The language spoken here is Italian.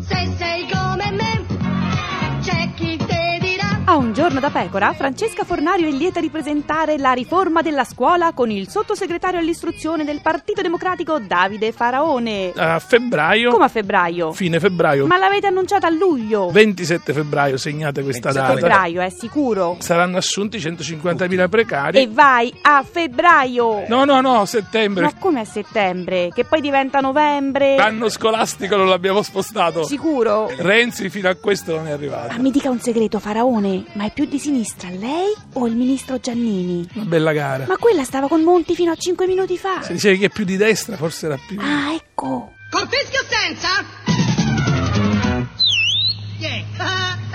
Se sei come me, c'è chi te dirà. A Un giorno da pecora, Francesca Fornario è lieta di presentare la riforma della scuola con il sottosegretario all'istruzione del Partito Democratico Davide Faraone. A febbraio. Come a febbraio? Fine febbraio. Ma l'avete annunciata a luglio. 27 febbraio, segnate questa data. Febbraio, è sicuro. Saranno assunti 150.000 precari. E vai a febbraio. No, settembre. Ma come a settembre? Che poi diventa novembre? L'anno scolastico non l'abbiamo spostato. Sicuro? Renzi fino a questo non è arrivato. Ma mi dica un segreto, Faraone, ma è più di sinistra lei o il ministro Giannini? Una bella gara. Ma quella stava con Monti fino a 5 minuti fa. Se dicevi che è più di destra, forse era più... Ah, ecco. Col fischio senza? Yeah.